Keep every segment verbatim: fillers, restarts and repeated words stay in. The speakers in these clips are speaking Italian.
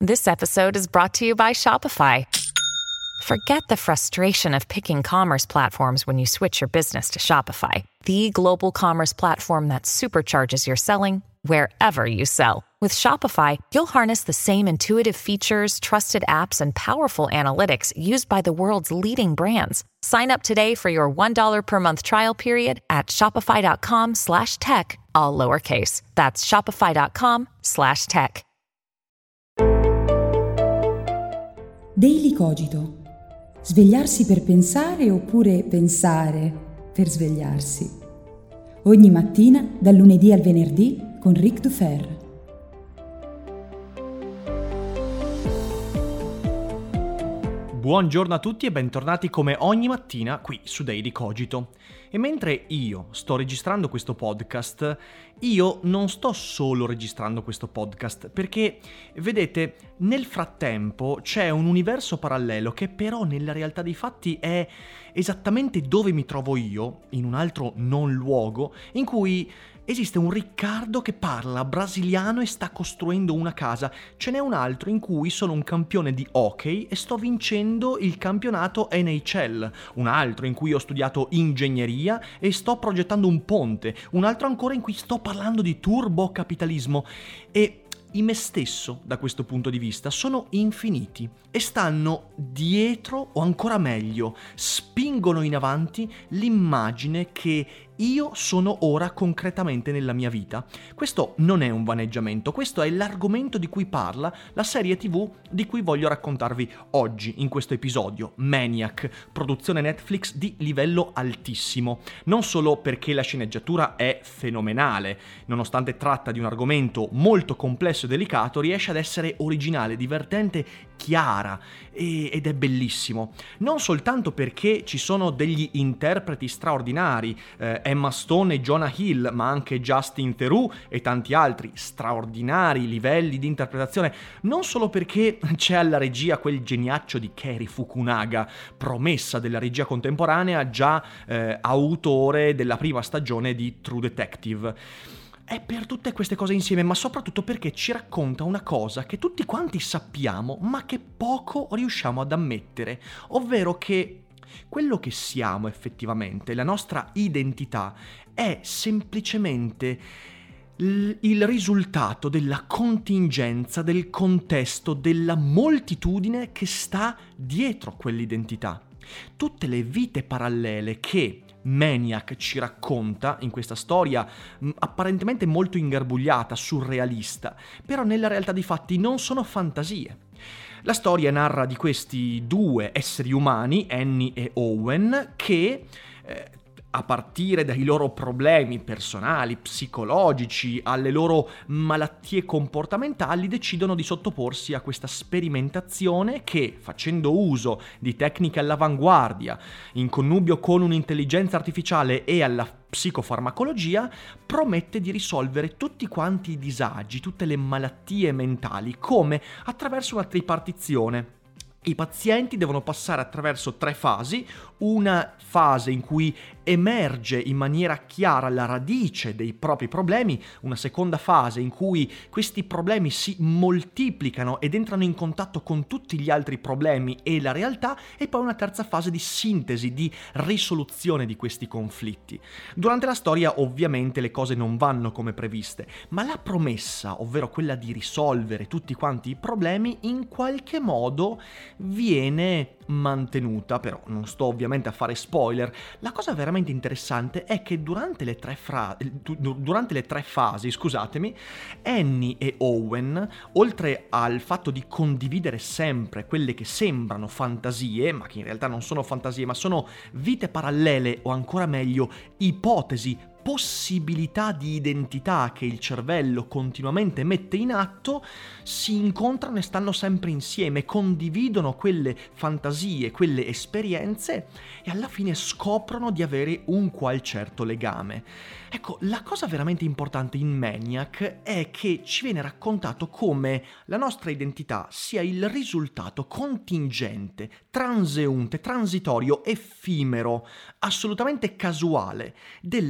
This episode is brought to you by Shopify. Forget the frustration of picking commerce platforms when you switch your business to Shopify, the global commerce platform that supercharges your selling wherever you sell. With Shopify, you'll harness the same intuitive features, trusted apps, and powerful analytics used by the world's leading brands. Sign up today for your one dollar per month trial period at shopify.com slash tech, all lowercase. That's shopify.com slash tech. Daily Cogito. Svegliarsi per pensare oppure pensare per svegliarsi. Ogni mattina, dal lunedì al venerdì, con Ric Dufer. Buongiorno a tutti e bentornati come ogni mattina qui su Daily Cogito. E mentre io sto registrando questo podcast, io non sto solo registrando questo podcast, perché, vedete, nel frattempo c'è un universo parallelo che però nella realtà dei fatti è esattamente dove mi trovo io, in un altro non luogo, in cui esiste un Riccardo che parla brasiliano e sta costruendo una casa. Ce n'è un altro in cui sono un campione di hockey e sto vincendo il campionato N H L. Un altro in cui ho studiato ingegneria e sto progettando un ponte. Un altro ancora in cui sto parlando di turbocapitalismo. E i me stesso, da questo punto di vista, sono infiniti e stanno dietro, o ancora meglio, spingono in avanti l'immagine che io sono ora concretamente nella mia vita. Questo non è un vaneggiamento, questo è l'argomento di cui parla la serie tivù di cui voglio raccontarvi oggi in questo episodio, Maniac, produzione Netflix di livello altissimo. Non solo perché la sceneggiatura è fenomenale, nonostante tratta di un argomento molto complesso e delicato, riesce ad essere originale, divertente, chiara e, ed è bellissimo. Non soltanto perché ci sono degli interpreti straordinari, eh, Emma Stone e Jonah Hill, ma anche Justin Theroux e tanti altri straordinari livelli di interpretazione, non solo perché c'è alla regia quel geniaccio di Cary Fukunaga, promessa della regia contemporanea, già eh, autore della prima stagione di True Detective. È per tutte queste cose insieme, ma soprattutto perché ci racconta una cosa che tutti quanti sappiamo, ma che poco riusciamo ad ammettere, ovvero che quello che siamo effettivamente, la nostra identità, è semplicemente l- il risultato della contingenza, del contesto, della moltitudine che sta dietro quell'identità. Tutte le vite parallele che Maniac ci racconta in questa storia mh, apparentemente molto ingarbugliata, surrealista, però nella realtà dei fatti non sono fantasie. La storia narra di questi due esseri umani, Annie e Owen, che eh, a partire dai loro problemi personali, psicologici, alle loro malattie comportamentali, decidono di sottoporsi a questa sperimentazione che, facendo uso di tecniche all'avanguardia, in connubio con un'intelligenza artificiale e alla psicofarmacologia, promette di risolvere tutti quanti i disagi, tutte le malattie mentali, come attraverso una tripartizione. I pazienti devono passare attraverso tre fasi, una fase in cui emerge in maniera chiara la radice dei propri problemi, una seconda fase in cui questi problemi si moltiplicano ed entrano in contatto con tutti gli altri problemi e la realtà, e poi una terza fase di sintesi, di risoluzione di questi conflitti. Durante la storia ovviamente le cose non vanno come previste, ma la promessa, ovvero quella di risolvere tutti quanti i problemi, in qualche modo viene mantenuta. Però non sto ovviamente a fare spoiler. La cosa veramente interessante è che durante le tre, fra- durante le tre fasi, scusatemi, Annie e Owen, oltre al fatto di condividere sempre quelle che sembrano fantasie, ma che in realtà non sono fantasie, ma sono vite parallele, o ancora meglio, ipotesi, possibilità di identità che il cervello continuamente mette in atto, si incontrano e stanno sempre insieme, condividono quelle fantasie, quelle esperienze e alla fine scoprono di avere un qual certo legame. Ecco, la cosa veramente importante in Maniac è che ci viene raccontato come la nostra identità sia il risultato contingente, transeunte, transitorio, effimero, assolutamente casuale della moltitudine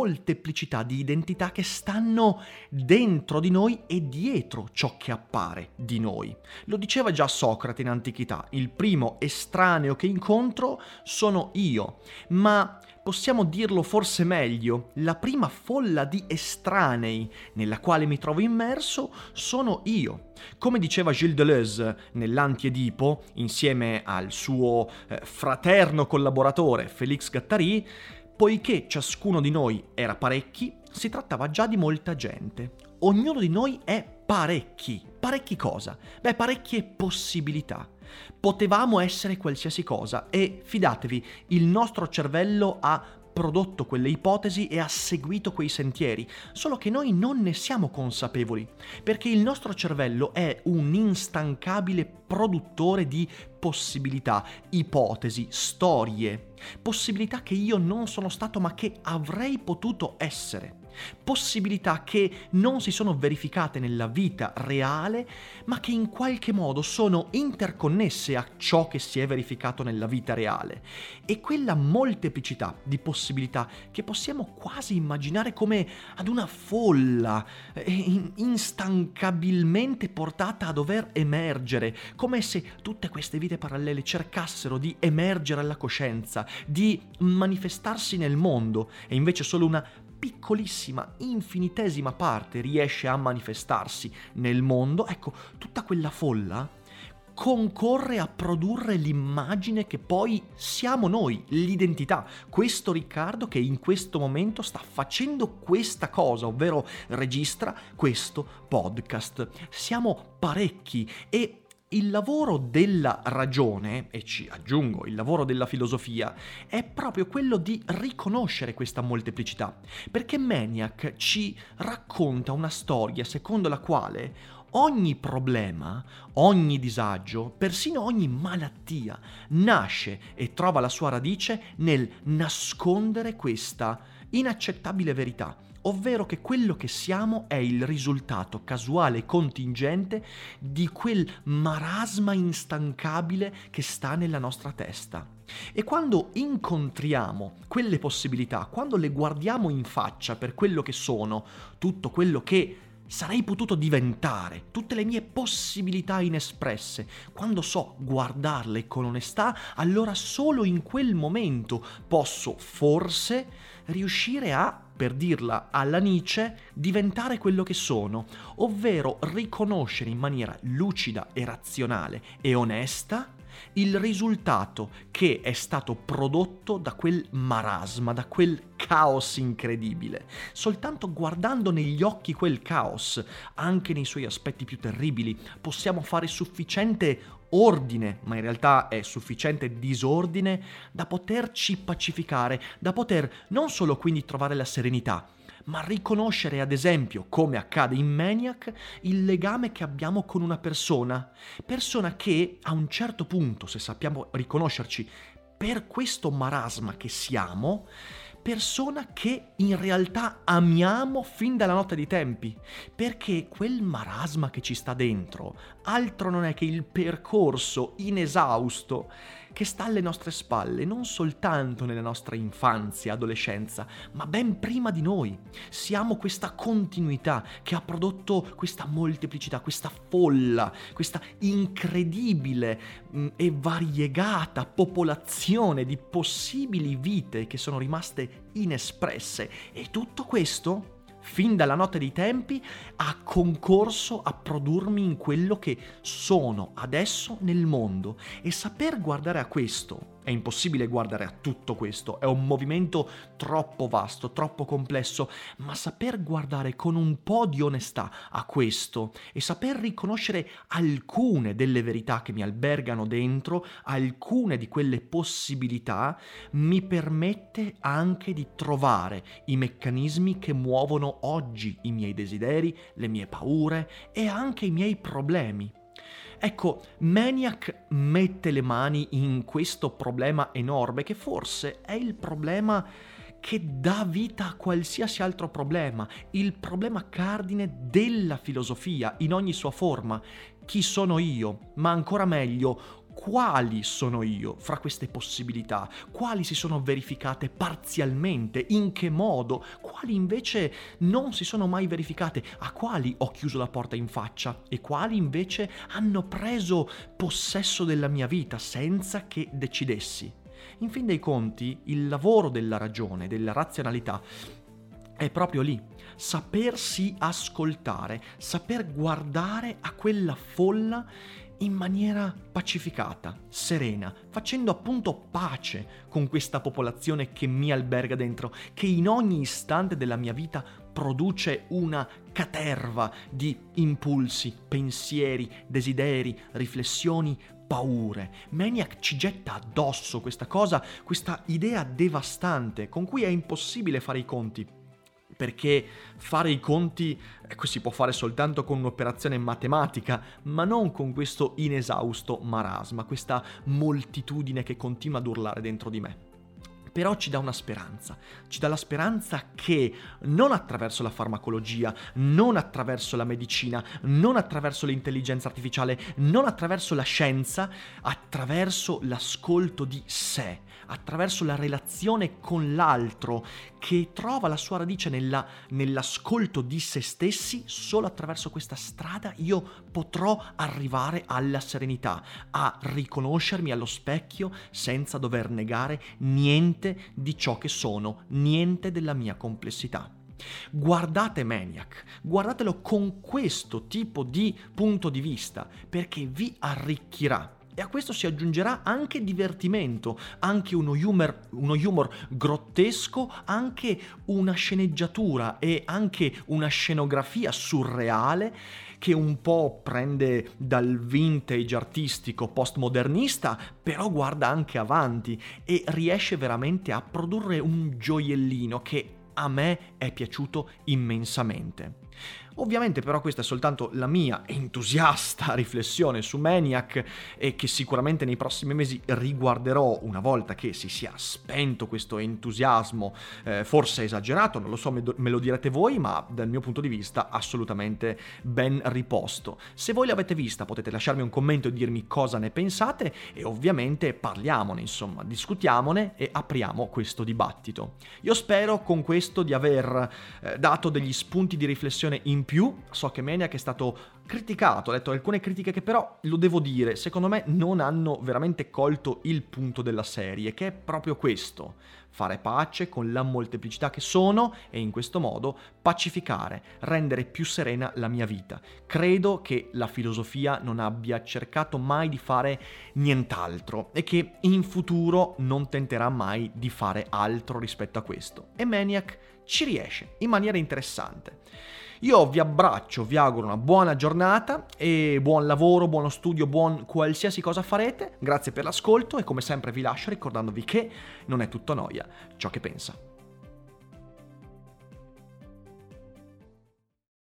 molteplicità di identità che stanno dentro di noi e dietro ciò che appare di noi. Lo diceva già Socrate in antichità: il primo estraneo che incontro sono io, ma possiamo dirlo forse meglio, la prima folla di estranei nella quale mi trovo immerso sono io. Come diceva Gilles Deleuze nell'Anti-Edipo, insieme al suo eh, fraterno collaboratore Félix Guattari, poiché ciascuno di noi era parecchi, si trattava già di molta gente. Ognuno di noi è parecchi. Parecchi cosa? Beh, parecchie possibilità. Potevamo essere qualsiasi cosa e, fidatevi, il nostro cervello ha prodotto quelle ipotesi e ha seguito quei sentieri, solo che noi non ne siamo consapevoli, perché il nostro cervello è un instancabile produttore di possibilità, ipotesi, storie, possibilità che io non sono stato ma che avrei potuto essere. Possibilità che non si sono verificate nella vita reale, ma che in qualche modo sono interconnesse a ciò che si è verificato nella vita reale. E quella molteplicità di possibilità che possiamo quasi immaginare come ad una folla eh, instancabilmente portata a dover emergere, come se tutte queste vite parallele cercassero di emergere alla coscienza, di manifestarsi nel mondo, e invece solo una piccolissima, infinitesima parte riesce a manifestarsi nel mondo. Ecco, tutta quella folla concorre a produrre l'immagine che poi siamo noi, l'identità. Questo Riccardo che in questo momento sta facendo questa cosa, ovvero registra questo podcast. Siamo parecchi e il lavoro della ragione, e ci aggiungo il lavoro della filosofia, è proprio quello di riconoscere questa molteplicità, perché Maniac ci racconta una storia secondo la quale ogni problema, ogni disagio, persino ogni malattia nasce e trova la sua radice nel nascondere questa inaccettabile verità, ovvero che quello che siamo è il risultato casuale e contingente di quel marasma instancabile che sta nella nostra testa. E quando incontriamo quelle possibilità, quando le guardiamo in faccia per quello che sono, tutto quello che sarei potuto diventare, tutte le mie possibilità inespresse, quando so guardarle con onestà, allora solo in quel momento posso forse riuscire a, per dirla alla Nietzsche, diventare quello che sono, ovvero riconoscere in maniera lucida e razionale e onesta il risultato che è stato prodotto da quel marasma, da quel caos incredibile. Soltanto guardando negli occhi quel caos, anche nei suoi aspetti più terribili, possiamo fare sufficiente ordine, ma in realtà è sufficiente disordine, da poterci pacificare, da poter non solo quindi trovare la serenità, ma riconoscere, ad esempio, come accade in Maniac, il legame che abbiamo con una persona, persona che a un certo punto, se sappiamo riconoscerci per questo marasma che siamo, persona che in realtà amiamo fin dalla notte dei tempi, perché quel marasma che ci sta dentro altro non è che il percorso inesausto che sta alle nostre spalle, non soltanto nella nostra infanzia, adolescenza, ma ben prima di noi. Siamo questa continuità che ha prodotto questa molteplicità, questa folla, questa incredibile mh, e variegata popolazione di possibili vite che sono rimaste inespresse. E tutto questo, fin dalla notte dei tempi, ha concorso a produrmi in quello che sono adesso nel mondo. E saper guardare a questo, è impossibile guardare a tutto questo, è un movimento troppo vasto, troppo complesso, ma saper guardare con un po' di onestà a questo e saper riconoscere alcune delle verità che mi albergano dentro, alcune di quelle possibilità, mi permette anche di trovare i meccanismi che muovono oggi i miei desideri, le mie paure e anche i miei problemi. Ecco, Maniac mette le mani in questo problema enorme che forse è il problema che dà vita a qualsiasi altro problema, il problema cardine della filosofia in ogni sua forma. Chi sono io? Ma ancora meglio, quali sono io fra queste possibilità, quali si sono verificate parzialmente, in che modo, quali invece non si sono mai verificate, a quali ho chiuso la porta in faccia e quali invece hanno preso possesso della mia vita senza che decidessi. In fin dei conti, il lavoro della ragione, della razionalità, è proprio lì, sapersi ascoltare, saper guardare a quella folla in maniera pacificata, serena, facendo appunto pace con questa popolazione che mi alberga dentro, che in ogni istante della mia vita produce una caterva di impulsi, pensieri, desideri, riflessioni, paure. Maniac ci getta addosso questa cosa, questa idea devastante con cui è impossibile fare i conti. Perché fare i conti ecco, si può fare soltanto con un'operazione matematica, ma non con questo inesausto marasma, questa moltitudine che continua ad urlare dentro di me. Però ci dà una speranza, ci dà la speranza che non attraverso la farmacologia, non attraverso la medicina, non attraverso l'intelligenza artificiale, non attraverso la scienza, attraverso l'ascolto di sé, attraverso la relazione con l'altro che trova la sua radice nella, nell'ascolto di se stessi, solo attraverso questa strada io potrò arrivare alla serenità, a riconoscermi allo specchio senza dover negare niente di ciò che sono, niente della mia complessità. Guardate Maniac, guardatelo con questo tipo di punto di vista, perché vi arricchirà. E a questo si aggiungerà anche divertimento, anche uno humor, uno humor grottesco, anche una sceneggiatura e anche una scenografia surreale che un po' prende dal vintage artistico postmodernista, però guarda anche avanti e riesce veramente a produrre un gioiellino che a me è piaciuto immensamente. Ovviamente però questa è soltanto la mia entusiasta riflessione su Maniac e che sicuramente nei prossimi mesi riguarderò una volta che si sia spento questo entusiasmo, eh, forse esagerato, non lo so, me, me lo direte voi, ma dal mio punto di vista assolutamente ben riposto. Se voi l'avete vista potete lasciarmi un commento e dirmi cosa ne pensate e ovviamente parliamone, insomma, discutiamone e apriamo questo dibattito. Io spero con questo di aver eh, dato degli spunti di riflessione in più. So che Maniac è stato criticato, ho letto alcune critiche che però, lo devo dire, secondo me non hanno veramente colto il punto della serie, che è proprio questo: fare pace con la molteplicità che sono e in questo modo pacificare, rendere più serena la mia vita. Credo che la filosofia non abbia cercato mai di fare nient'altro e che in futuro non tenterà mai di fare altro rispetto a questo. E Maniac ci riesce in maniera interessante. Io vi abbraccio, vi auguro una buona giornata e buon lavoro, buono studio, buon qualsiasi cosa farete. Grazie per l'ascolto e come sempre vi lascio ricordandovi che non è tutto noia ciò che pensa.